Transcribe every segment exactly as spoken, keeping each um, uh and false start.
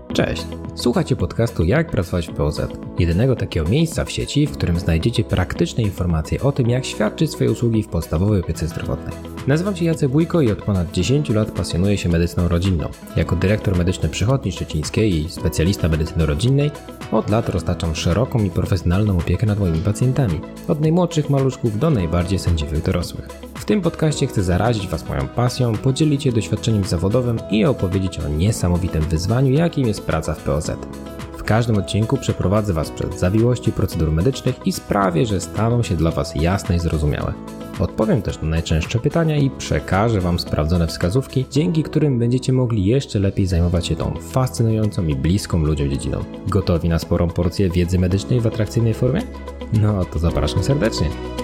Cześć! Słuchacie podcastu Jak pracować w P O Z, jedynego takiego miejsca w sieci, w którym znajdziecie praktyczne informacje o tym, jak świadczyć swoje usługi w podstawowej opiece zdrowotnej. Nazywam się Jacek Bójko i od ponad dziesięciu lat pasjonuję się medycyną rodzinną. Jako dyrektor medyczny Przychodni Szczecińskiej i specjalista medycyny rodzinnej od lat roztaczam szeroką i profesjonalną opiekę nad moimi pacjentami, od najmłodszych maluszków do najbardziej sędziwych dorosłych. W tym podcaście chcę zarazić Was moją pasją, podzielić się doświadczeniem zawodowym i opowiedzieć o niesamowitym wyzwaniu, jakim jest praca w P O Z. W każdym odcinku przeprowadzę Was przez zawiłości procedur medycznych i sprawię, że staną się dla Was jasne i zrozumiałe. Odpowiem też na najczęstsze pytania i przekażę Wam sprawdzone wskazówki, dzięki którym będziecie mogli jeszcze lepiej zajmować się tą fascynującą i bliską ludziom dziedziną. Gotowi na sporą porcję wiedzy medycznej w atrakcyjnej formie? No to zapraszam serdecznie.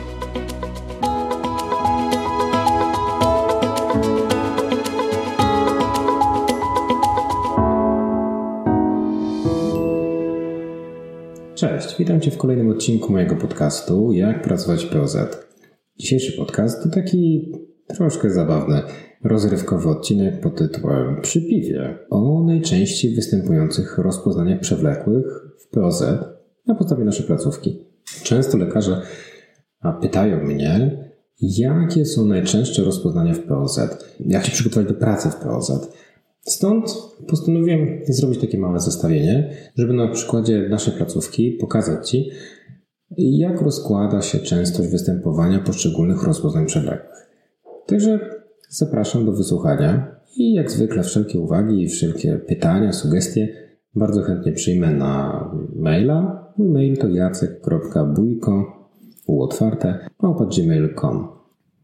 Cześć, witam Cię w kolejnym odcinku mojego podcastu Jak pracować w P O Z. Dzisiejszy podcast to taki troszkę zabawny, rozrywkowy odcinek pod tytułem Przy piwie o najczęściej występujących rozpoznaniach przewlekłych w P O Z na podstawie naszej placówki. Często lekarze pytają mnie, jakie są najczęstsze rozpoznania w P O Z, jak się przygotować do pracy w P O Z. Stąd postanowiłem zrobić takie małe zestawienie, żeby na przykładzie naszej placówki pokazać Ci, jak rozkłada się częstość występowania poszczególnych rozpoznań przewlekłych. Także zapraszam do wysłuchania i jak zwykle wszelkie uwagi i wszelkie pytania, sugestie bardzo chętnie przyjmę na maila. Mój mail to jacek kropka bójko uotwarte małpa gmail kropka com.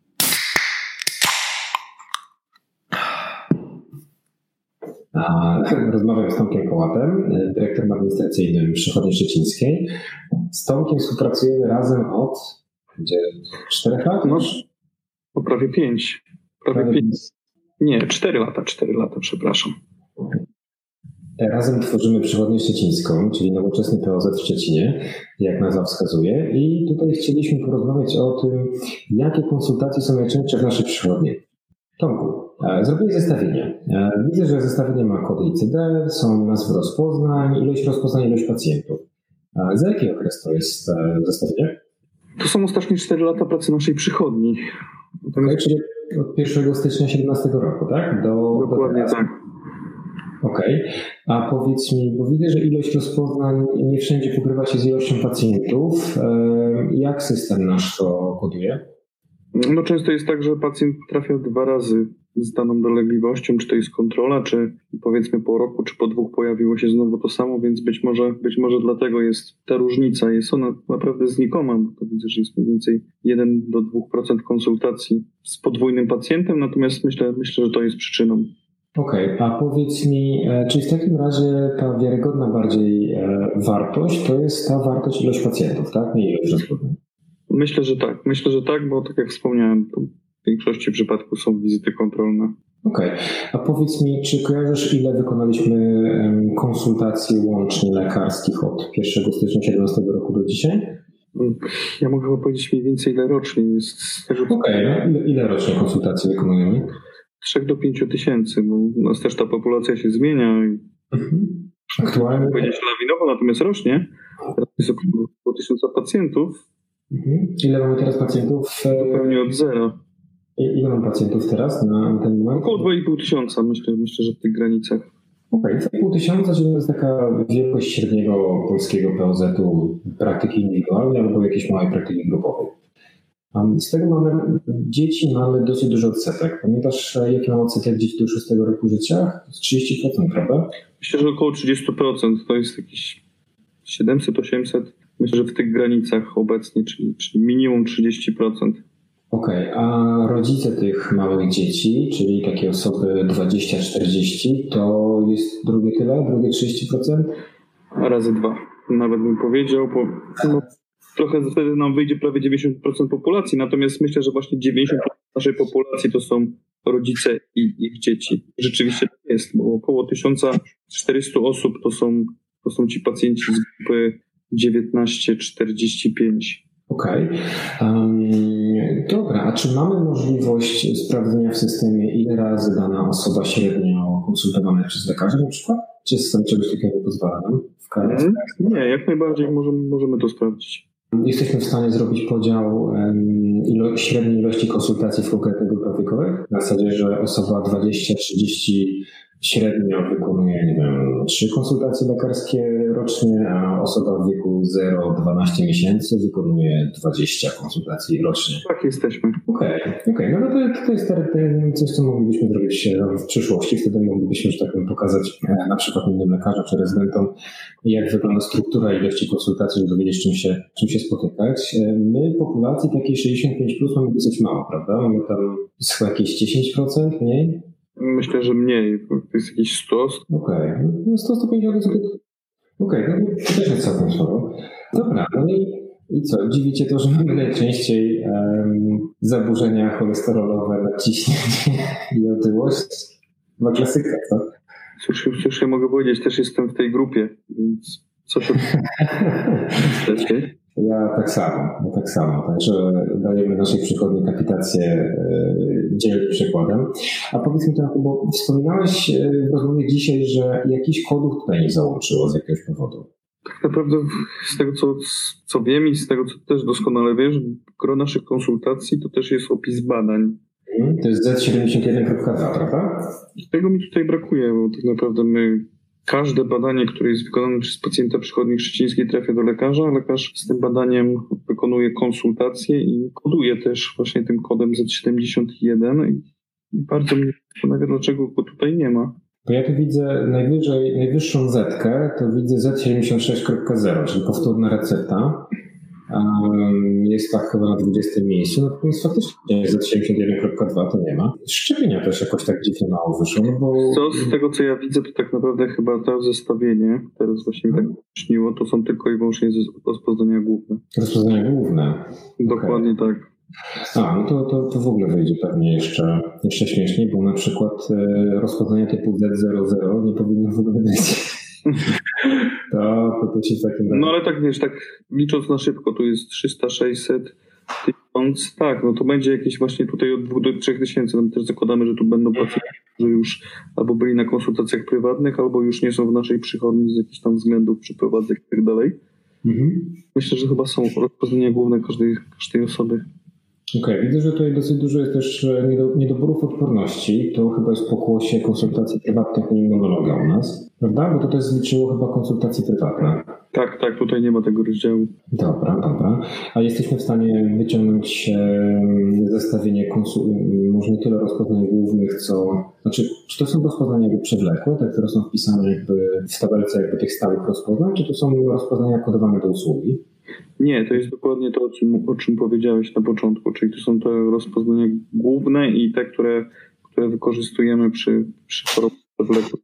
Rozmawiam z Tomkiem Kołatem, dyrektorem administracyjnym Przychodni Szczecińskiej. Z Tomkiem współpracujemy razem od gdzie, czterech lat? No, po prawie pięć. Prawie prawie pięć. Nie, cztery lata, cztery lata, przepraszam. Razem tworzymy Przychodnię Szczecińską, czyli nowoczesny P O Z w Szczecinie, jak nazwa wskazuje. I tutaj chcieliśmy porozmawiać o tym, jakie konsultacje są najczęstsze w naszej przychodni. Tomku, zrobię zestawienie. Widzę, że zestawienie ma kody I C D, są nazwy rozpoznań, ilość rozpoznań, ilość pacjentów. Za jaki okres to jest zestawienie? To są ostatnie cztery lata pracy naszej przychodni. Okay, czyli od pierwszego stycznia dwa tysiące siedemnastego roku, tak? Do, Dokładnie do tak. Okej. Okay. A powiedz mi, bo widzę, że ilość rozpoznań nie wszędzie pokrywa się z ilością pacjentów. Jak system nasz to koduje? No często jest tak, że pacjent trafia dwa razy z daną dolegliwością, czy to jest kontrola, czy powiedzmy po roku, czy po dwóch pojawiło się znowu to samo, więc być może, być może dlatego jest ta różnica. Jest ona naprawdę znikoma, bo to widzę, że jest mniej więcej jeden do dwóch procent konsultacji z podwójnym pacjentem, natomiast myślę, myślę, że to jest przyczyną. Okej, okay, a powiedz mi, czy w takim razie ta wiarygodna bardziej wartość to jest ta wartość ilość pacjentów, tak? Nie ilość rozpoznań. Myślę, że tak. Myślę, że tak, bo tak jak wspomniałem, to w większości przypadków są wizyty kontrolne. Okej. Okay. A powiedz mi, czy kojarzysz, ile wykonaliśmy konsultacji łącznie lekarskich od pierwszego stycznia dwa tysiące siedemnastego roku do dzisiaj? Ja mogę powiedzieć mniej więcej, ile rocznie jest z tego. Okej, okay. ile, ile rocznie konsultacji wykonujemy? trzech do pięciu tysięcy, bo u nas też ta populacja się zmienia. I mhm. Aktualnie? Mogę powiedzieć lawinowo, natomiast rośnie. Teraz jest około tysiąca pacjentów. Mhm. Ile mamy teraz pacjentów? Zupełnie od zera. I ile mamy pacjentów teraz na ten moment? Około dwa i pół tysiąca, myślę, myślę, że w tych granicach. Okej, okay. dwa i pół tysiąca, czyli to jest taka wielkość średniego polskiego P O Z-u praktyki indywidualnej albo jakiejś małej praktyki grupowej. Z tego mamy, dzieci mamy dosyć dużo odsetek. Pamiętasz, jaki mamy odsetek dzieci do szóstego roku życia? trzydzieści procent, prawda? Myślę, że około trzydzieści procent. To jest jakieś siedemset osiemset. Myślę, że w tych granicach obecnie, czyli, czyli minimum trzydzieści procent. Okej, okay. A rodzice tych małych dzieci, czyli takie osoby dwadzieścia czterdzieści, to jest drugie tyle, drugie trzydzieści procent? A razy dwa, nawet bym powiedział, bo no, trochę wtedy nam wyjdzie prawie dziewięćdziesiąt procent populacji, natomiast myślę, że właśnie dziewięćdziesiąt procent naszej populacji to są rodzice i ich dzieci. Rzeczywiście tak jest, bo około tysiąc czterysta osób to są, to są ci pacjenci z grupy dziewiętnaście czterdzieści pięć. Okej. Okay. Um, dobra, a czy mamy możliwość sprawdzenia w systemie, ile razy dana osoba średnio konsultowane przez lekarzy na przykład? Czy sam czegoś takiego nie pozwala nam w K R S? Nie, jak najbardziej możemy, możemy to sprawdzić. Jesteśmy w stanie zrobić podział um, ilo- średniej ilości konsultacji w konkretnych grupach wiekowych? Na zasadzie, że osoba dwadzieścia trzydzieści średnio wykonuje, nie wiem, trzy konsultacje lekarskie rocznie, a osoba w wieku zero do dwunastu miesięcy wykonuje dwadzieścia konsultacji rocznie. Tak jesteśmy. Okej, okay, okay. No to, to jest coś, co moglibyśmy zrobić w przyszłości. Wtedy moglibyśmy, że tak powiem, pokazać na przykład innym lekarzom czy rezydentom, jak wygląda struktura ilości konsultacji, żeby dowiedzieć, czym się, czym się spotykać. My populacji takiej sześćdziesiąt pięć plus mamy dosyć mało, prawda? Mamy tam chyba jakieś dziesięć procent mniej. Myślę, że mniej. To jest jakieś sto. Okej, okay. No sto do stu pięćdziesięciu. Okej, okay. No to też jest całkiem sporo. Dobra, no i, i co? Dziwicie to, że mamy najczęściej um, zaburzenia cholesterolowe, nadciśnienie i otyłość? Chyba klasyka, co? Cóż, cóż ja mogę powiedzieć, też jestem w tej grupie, więc co się... Ja tak samo, ja tak samo. Także dajemy naszej przychodni kapitację yy, dzielnym przykładem. A powiedz mi trochę, bo wspominałeś w rozmowie dzisiaj, że jakiś kodów tutaj nie załączyło z jakiegoś powodu. Tak naprawdę z tego, co, co wiem i z tego, co też doskonale wiesz, gro naszych konsultacji to też jest opis badań. Hmm, to jest Z siedemdziesiąt jeden kropka dwa, prawda? Tego mi tutaj brakuje, bo tak naprawdę my... Każde badanie, które jest wykonane przez pacjenta przychodni szczecińskiej, trafia do lekarza. Lekarz z tym badaniem wykonuje konsultację i koduje też właśnie tym kodem Z siedemdziesiąt jeden. I bardzo mnie zastanawia, dlaczego go tutaj nie ma. Bo ja tu widzę najwyżej, najwyższą zetkę, to widzę Z siedemdziesiąt sześć kropka zero, czyli powtórna recepta. Um, jest tak chyba na dwudziestym miejscu, natomiast faktycznie Z siedemdziesiąt jeden kropka dwa to nie ma. Szczepienia też jakoś tak dziwnie mało wyszło, no bo... Co, z tego, co ja widzę, to tak naprawdę chyba to zestawienie, teraz właśnie mi tak śniło, to są tylko i wyłącznie rozpoznania główne. Rozpoznania główne. Dokładnie okay. Tak. A, no to, to, to w ogóle wyjdzie pewnie jeszcze, jeszcze śmieszniej, bo na przykład e, rozpoznania typu Z zero zero nie powinno w ogóle być. To, to, to się takim No ale tak wiesz, tak licząc na szybko, tu jest trzysta, sześćset, tysiąc, tak, no to będzie jakieś właśnie tutaj od dwóch do trzech tysięcy. No my też zakładamy, że tu będą pacjenci, którzy już albo byli na konsultacjach prywatnych, albo już nie są w naszej przychodni z jakichś tam względów przeprowadzek i tak dalej. Mhm. Myślę, że chyba są rozpoznania główne każdej, każdej osoby. Okej, okay, widzę, że tutaj dosyć dużo jest też niedoborów odporności. To chyba jest pokłosie konsultacji prywatnych i immunologa u nas, prawda? Bo to też zliczyło chyba konsultacje prywatne. Tak, tak, tutaj nie ma tego rozdziału. Dobra, dobra. A jesteśmy w stanie wyciągnąć zestawienie konsul... może nie tyle rozpoznań głównych, co... Znaczy, czy to są rozpoznania jakby przewlekłe, te, które są wpisane jakby w tabelce jakby tych stałych rozpoznań, czy to są rozpoznania kodowane do usługi? Nie, to jest dokładnie to, o czym, o czym powiedziałeś na początku, czyli to są te rozpoznania główne i te, które, które wykorzystujemy przy, przy chorobach przewlekłych.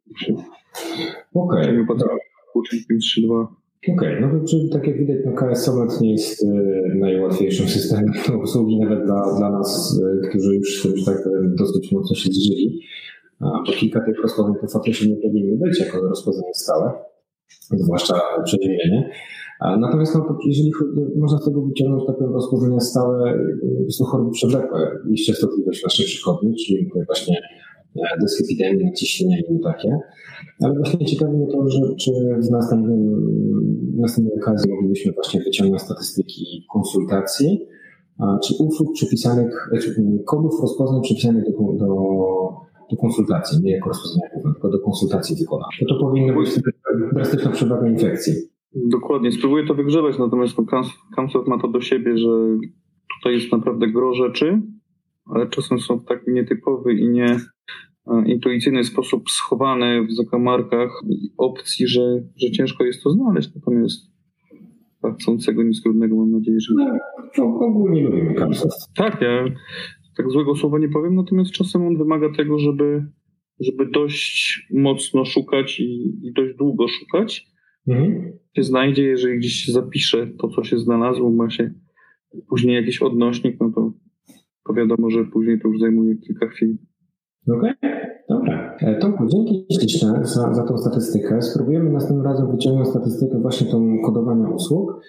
Okej. Okay. trzy dwa. Okej, okay, no to czyli tak jak widać, no K S Somet nie jest y, najłatwiejszym systemem do obsługi, nawet dla, dla nas, y, którzy już, już tak dosyć mocno się zżyli. A po kilka tych rozpoznań to faktycznie nie powinny być jako rozpoznanie stałe, zwłaszcza przeziębienie. Natomiast no, jeżeli można z tego wyciągnąć tak powiem rozpoznania stałe, są choroby przewlekłe i częstotliwość w naszej przychodni, czyli tutaj właśnie dyslipidemia, naciśnienia i inne takie. Ale właśnie ciekawe mnie to, że czy w następnym, w następnej okazji moglibyśmy właśnie wyciągnąć statystyki konsultacji, czy usług przypisanych, czy kodów rozpoznań przypisanych do, do, do konsultacji, nie jako rozpoznania główne, tylko do konsultacji wykonanych. To, to powinno być drastyczna przewaga infekcji. Dokładnie, spróbuję to wygrzebać, natomiast no, Kamsot ma to do siebie, że tutaj jest naprawdę gro rzeczy, ale czasem są w taki nietypowy i nie intuicyjny sposób schowane w zakamarkach opcji, że, że ciężko jest to znaleźć, natomiast chcącego nic trudnego mam nadzieję, że... No, to ogólnie lubimy Kamsot. Tak, ja tak złego słowa nie powiem, natomiast czasem on wymaga tego, żeby, żeby dość mocno szukać i, i dość długo szukać. Mhm. Się znajdzie, jeżeli gdzieś się zapisze to, co się znalazło, ma się później jakiś odnośnik, no to, to wiadomo, że później to już zajmuje kilka chwil. Okej, okay. Dobra. Tomku, dzięki śliczne za, za tą statystykę. Spróbujemy następnym razem wyciągnąć statystykę właśnie tą kodowania usług.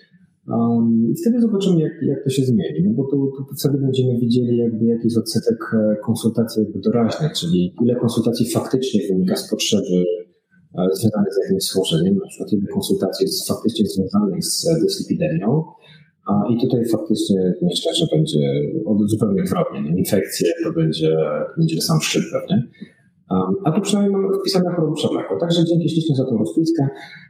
Um, I wtedy zobaczymy, jak, jak to się zmieni, no bo tu, tu wtedy będziemy widzieli, jakby jaki jest odsetek konsultacji jakby doraźnych, czyli ile konsultacji faktycznie wynika z potrzeby związanych z jakimś schorzeniem, na przykład ile konsultacji jest faktycznie związanych z dyslipidemią. I tutaj faktycznie myślę, że będzie zupełnie odwrotnie. Infekcje to będzie, będzie sam szczyt pewnie. A tu przynajmniej mamy wpisane choroby przewlekłe. Także dzięki ślicznie za tą rozpiskę.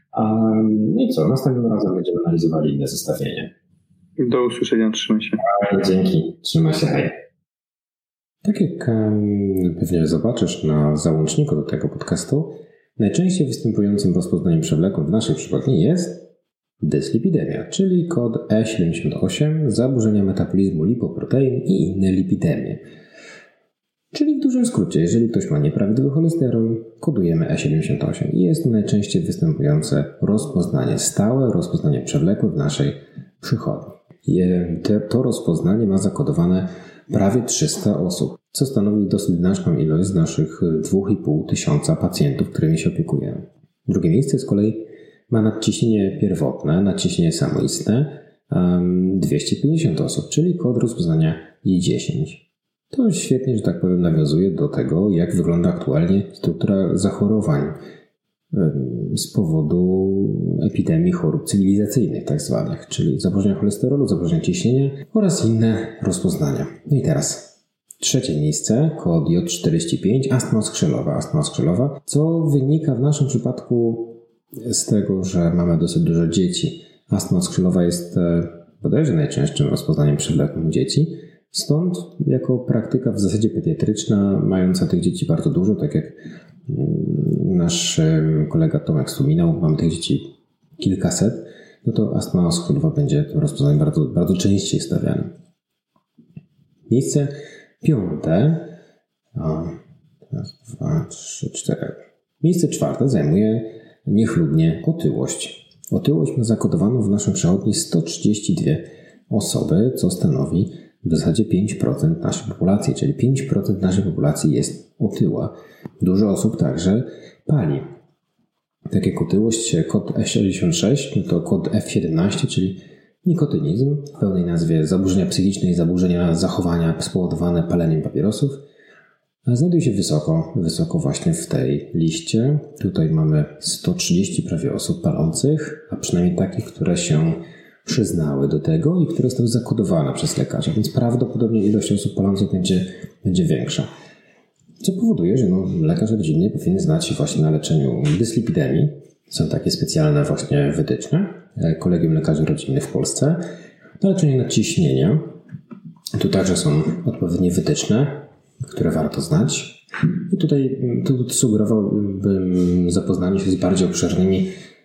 No i co, następnym razem będziemy analizowali inne zestawienie. Do usłyszenia, trzymaj się. Dzięki, trzymaj się, hej. Tak jak pewnie zobaczysz na załączniku do tego podcastu, najczęściej występującym rozpoznaniem przewlekłym w naszej przypadni jest dyslipidemia, czyli kod E siedemdziesiąt osiem, zaburzenia metabolizmu lipoprotein i inne lipidemie. Czyli w dużym skrócie, jeżeli ktoś ma nieprawidłowy cholesterol, kodujemy E siedemdziesiąt osiem i jest to najczęściej występujące rozpoznanie stałe, rozpoznanie przewlekłe w naszej przychodni. To rozpoznanie ma zakodowane prawie trzysta osób, co stanowi dosyć znaczną ilość z naszych dwa i pół tysiąca pacjentów, którymi się opiekujemy. Drugie miejsce z kolei ma nadciśnienie pierwotne, nadciśnienie samoistne dwieście pięćdziesiąt osób, czyli kod rozpoznania I dziesięć. To świetnie, że tak powiem, nawiązuje do tego, jak wygląda aktualnie struktura zachorowań z powodu epidemii chorób cywilizacyjnych tak zwanych, czyli zaburzenia cholesterolu, zaburzenia ciśnienia oraz inne rozpoznania. No i teraz trzecie miejsce, kod J czterdzieści pięć, astma oskrzelowa. Astma oskrzelowa, co wynika w naszym przypadku z tego, że mamy dosyć dużo dzieci. Astma oskrzelowa jest bodajże najczęstszym rozpoznaniem przewlekłym u dzieci. Stąd jako praktyka w zasadzie pediatryczna, mająca tych dzieci bardzo dużo, tak jak nasz kolega Tomek wspominał, mamy tych dzieci kilkaset, no to astma oskrzelowa będzie tym rozpoznaniem bardzo, bardzo częściej stawianym. Miejsce piąte, o, raz, dwa, trzy, cztery. Miejsce czwarte zajmuje niechlubnie otyłość. Otyłość ma zakodowaną w naszym przechodni sto trzydzieści dwie osoby, co stanowi w zasadzie pięć procent naszej populacji, czyli pięć procent naszej populacji jest otyła. Dużo osób także pali. Tak jak otyłość, kod E sześćdziesiąt sześć, no to kod F siedemnaście, czyli nikotynizm, w pełnej nazwie zaburzenia psychiczne i zaburzenia zachowania spowodowane paleniem papierosów, znajduje się wysoko, wysoko właśnie w tej liście. Tutaj mamy sto trzydzieści prawie osób palących, a przynajmniej takich, które się przyznały do tego i które zostały zakodowane przez lekarza, więc prawdopodobnie ilość osób palących będzie, będzie większa. Co powoduje, że no, lekarz rodzinny powinien znać się właśnie na leczeniu dyslipidemii. Są takie specjalne właśnie wytyczne Kolegium Lekarzy Rodzinnych w Polsce. Na leczenie nadciśnienia. Tu także są odpowiednie wytyczne, które warto znać. I tutaj tu sugerowałbym zapoznanie się z bardziej obszernymi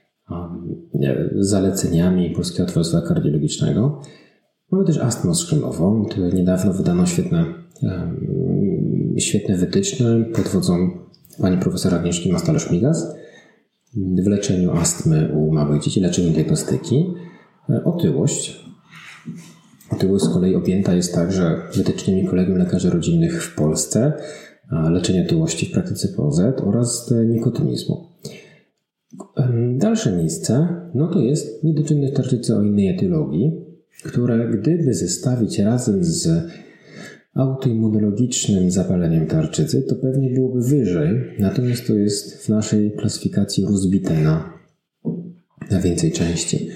zaleceniami Polskiego Towarzystwa Kardiologicznego. Mamy też astmę oskrzelową. Tutaj niedawno wydano świetne, świetne wytyczne pod wodzą pani profesor Agnieszki Mastalerz-Migas w leczeniu astmy u małych dzieci, leczeniu diagnostyki. Otyłość. Otyłość z kolei objęta jest także wytycznymi Kolegium Lekarzy Rodzinnych w Polsce, leczenie otyłości w praktyce P O Z oraz nikotynizmu. Dalsze miejsce, no to jest niedoczynność tarczycy o innej etiologii, które gdyby zestawić razem z autoimmunologicznym zapaleniem tarczycy, to pewnie byłoby wyżej, natomiast to jest w naszej klasyfikacji rozbite na, na więcej części.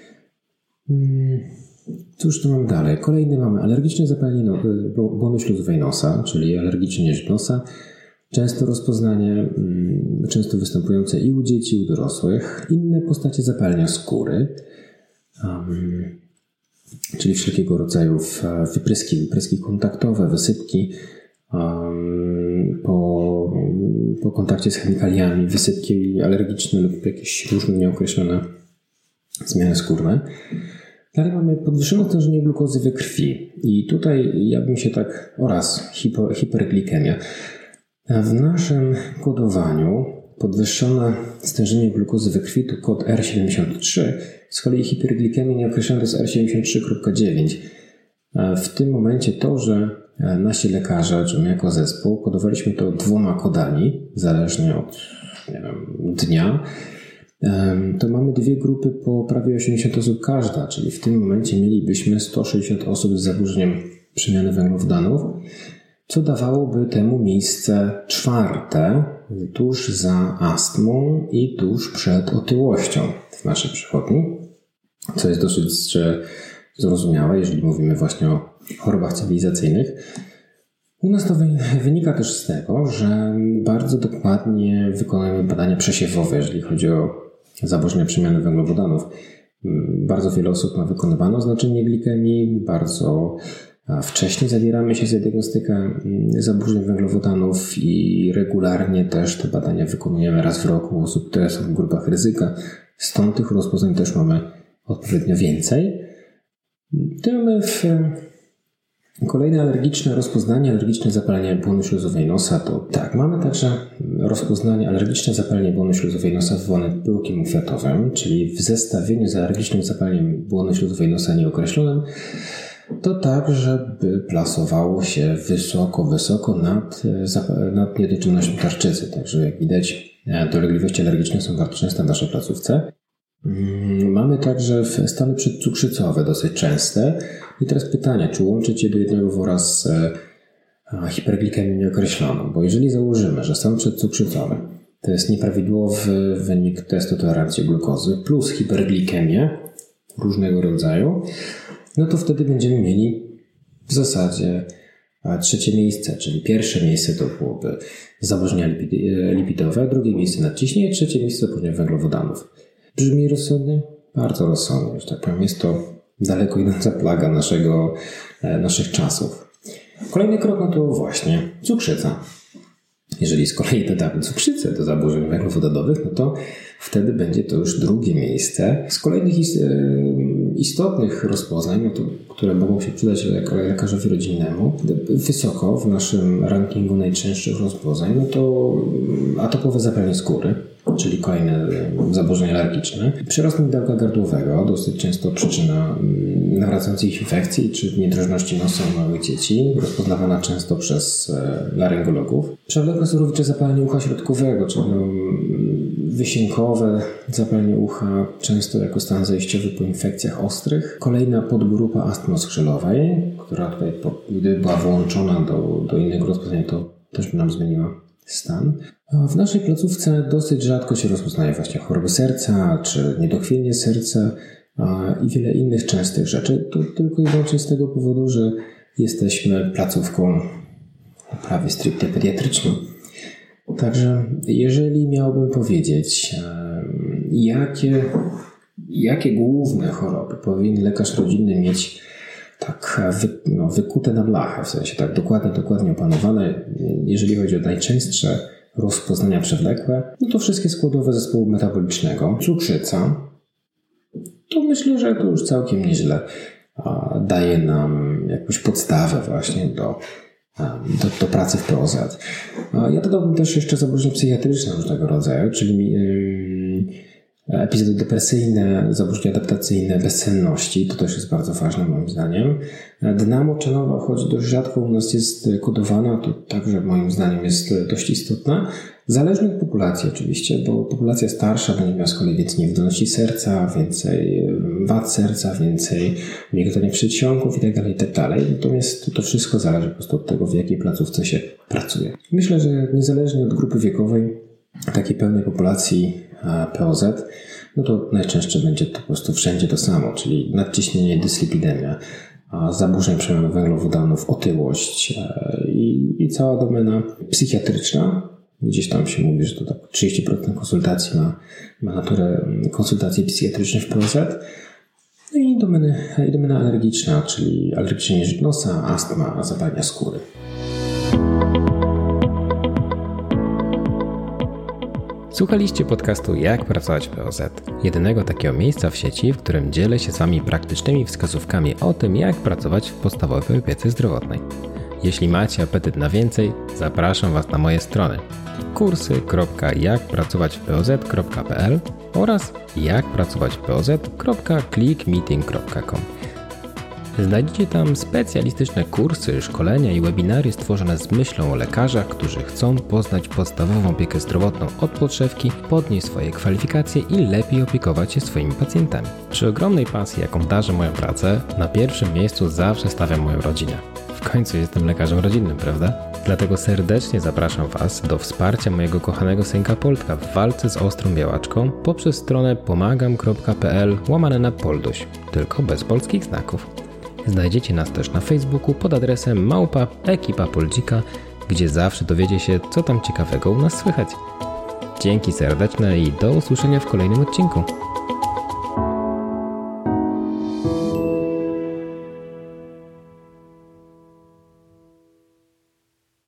Cóż tu mamy dalej? Kolejny mamy alergiczne zapalenie no, błony śluzowej nosa, czyli alergiczny nieżyt nosa. Często rozpoznanie, często występujące i u dzieci, i u dorosłych. Inne postacie zapalenia skóry, um, czyli wszelkiego rodzaju wypryski, wypryski kontaktowe, wysypki um, po, po kontakcie z chemikaliami, wysypki alergiczne lub jakieś różne nieokreślone zmiany skórne. Dalej mamy podwyższone stężenie glukozy we krwi i tutaj ja bym się tak, oraz hipo, hiperglikemia. W naszym kodowaniu podwyższone stężenie glukozy we krwi to kod R siedemdziesiąt trzy, z kolei hiperglikemia nieokreślona to jest R siedemdziesiąt trzy kropka dziewięć. W tym momencie to, że nasi lekarze, czy my jako zespół, kodowaliśmy to dwoma kodami, zależnie od nie wiem, dnia, to mamy dwie grupy po prawie osiemdziesiąt osób każda, czyli w tym momencie mielibyśmy sto sześćdziesiąt osób z zaburzeniem przemiany węglowodanów, co dawałoby temu miejsce czwarte tuż za astmą i tuż przed otyłością w naszej przychodni, co jest dosyć zrozumiałe, jeżeli mówimy właśnie o chorobach cywilizacyjnych. U nas to wynika też z tego, że bardzo dokładnie wykonujemy badania przesiewowe, jeżeli chodzi o zaburzenia przemiany węglowodanów. Bardzo wiele osób ma wykonywane oznaczenie glikemii, bardzo wcześnie zabieramy się za diagnostykę zaburzeń węglowodanów i regularnie też te badania wykonujemy raz w roku u osób, które są w grupach ryzyka. Stąd tych rozpoznań też mamy odpowiednio więcej. Tu mamy w kolejne alergiczne rozpoznanie, alergiczne zapalenie błony śluzowej nosa. To tak, mamy także rozpoznanie alergiczne zapalenie błony śluzowej nosa wywołane pyłkiem ufiatowym, czyli w zestawieniu z alergicznym zapaleniem błony śluzowej nosa nieokreślonym, to tak, żeby plasowało się wysoko, wysoko nad, nad niedoczynnością tarczycy. Także jak widać, dolegliwości alergiczne są bardzo częste w naszej placówce. Mamy także stany przedcukrzycowe dosyć częste. I teraz pytanie, czy łączyć je do jednego wora z hiperglikemią nieokreśloną? Bo jeżeli założymy, że stan przedcukrzycowy to jest nieprawidłowy wynik testu tolerancji glukozy plus hiperglikemię różnego rodzaju, no to wtedy będziemy mieli w zasadzie trzecie miejsce, czyli pierwsze miejsce to byłoby zaburzenia lipidowe, drugie miejsce nadciśnienie, trzecie miejsce to poziom węglowodanów. Brzmi rozsądnie? Bardzo rozsądnie, że tak powiem. Jest to daleko idąca plaga naszego, naszych czasów. Kolejny krok no to właśnie cukrzyca. Jeżeli z kolei dodamy cukrzycę do zaburzeń węglowodanowych, no to wtedy będzie to już drugie miejsce. Z kolejnych istotnych rozpoznań, no to, które mogą się przydać lekarzowi rodzinnemu, wysoko w naszym rankingu najczęstszych rozpoznań, no to atopowe zapalenie skóry, czyli kolejne zaburzenia alergiczne. Przyrost migdałka gardłowego, dosyć często przyczyna nawracających infekcji czy niedrożności nosa u małych dzieci, rozpoznawana często przez laryngologów. Przewlekłe surowicze zapalenie ucha środkowego, czyli no, wysiękowe zapalenie ucha, często jako stan zajściowy po infekcjach ostrych. Kolejna podgrupa astmy skrzelowej, która tutaj gdyby była włączona do, do innego rozpoznania, to też by nam zmieniła stan. W naszej placówce dosyć rzadko się rozpoznaje właśnie choroby serca, czy niedochwienie serca i wiele innych częstych rzeczy. To tylko i wyłącznie z tego powodu, że jesteśmy placówką prawie stricte pediatryczną. Także jeżeli miałbym powiedzieć, jakie, jakie główne choroby powinien lekarz rodzinny mieć tak wy, no, wykute na blachę, w sensie tak dokładnie, dokładnie opanowane, jeżeli chodzi o najczęstsze rozpoznania przewlekłe, no to wszystkie składowe zespołu metabolicznego. Cukrzyca, to myślę, że to już całkiem nieźle a, daje nam jakąś podstawę właśnie do, a, do, do pracy w P O Z. A, ja dodałbym też jeszcze zaburzenia psychiatryczne różnego rodzaju, czyli yy, epizody depresyjne, zaburzenia adaptacyjne, bezsenności, to też jest bardzo ważne moim zdaniem. Dna moczanowa, choć dość rzadko u nas jest kodowana, to także moim zdaniem jest dość istotna. Zależnie od populacji oczywiście, bo populacja starsza będzie miała z kolei więcej niewydolności serca, więcej wad serca, więcej migotania przedsionków itd., itd. Natomiast to wszystko zależy po prostu od tego, w jakiej placówce się pracuje. Myślę, że niezależnie od grupy wiekowej takiej pełnej populacji P O Z, no to najczęściej będzie to po prostu wszędzie to samo, czyli nadciśnienie, dyslipidemia, zaburzeń przemiany węglowodanów, otyłość i, i cała domena psychiatryczna. Gdzieś tam się mówi, że to tak trzydzieści procent konsultacji ma, ma naturę konsultacji psychiatrycznych w P O Z. No i domeny, i domena alergiczna, czyli alergiczne jeżyk nosa, astma, zapalenia skóry. Słuchaliście podcastu Jak pracować w P O Z, jedynego takiego miejsca w sieci, w którym dzielę się z Wami praktycznymi wskazówkami o tym, jak pracować w podstawowej opiece zdrowotnej. Jeśli macie apetyt na więcej, zapraszam Was na moje strony kursy kropka jak pracować w p o z kropka p l oraz jak pracować w p o z kropka click meeting kropka com. Znajdziecie tam specjalistyczne kursy, szkolenia i webinary stworzone z myślą o lekarzach, którzy chcą poznać podstawową opiekę zdrowotną od podszewki, podnieść swoje kwalifikacje i lepiej opiekować się swoimi pacjentami. Przy ogromnej pasji, jaką darzę moją pracę, na pierwszym miejscu zawsze stawiam moją rodzinę. W końcu jestem lekarzem rodzinnym, prawda? Dlatego serdecznie zapraszam Was do wsparcia mojego kochanego synka Poltka w walce z ostrą białaczką poprzez stronę pomagam.pl łamane na Polduś, tylko bez polskich znaków. Znajdziecie nas też na Facebooku pod adresem małpa ekipa Poldzika, gdzie zawsze dowiecie się, co tam ciekawego u nas słychać. Dzięki serdeczne i do usłyszenia w kolejnym odcinku.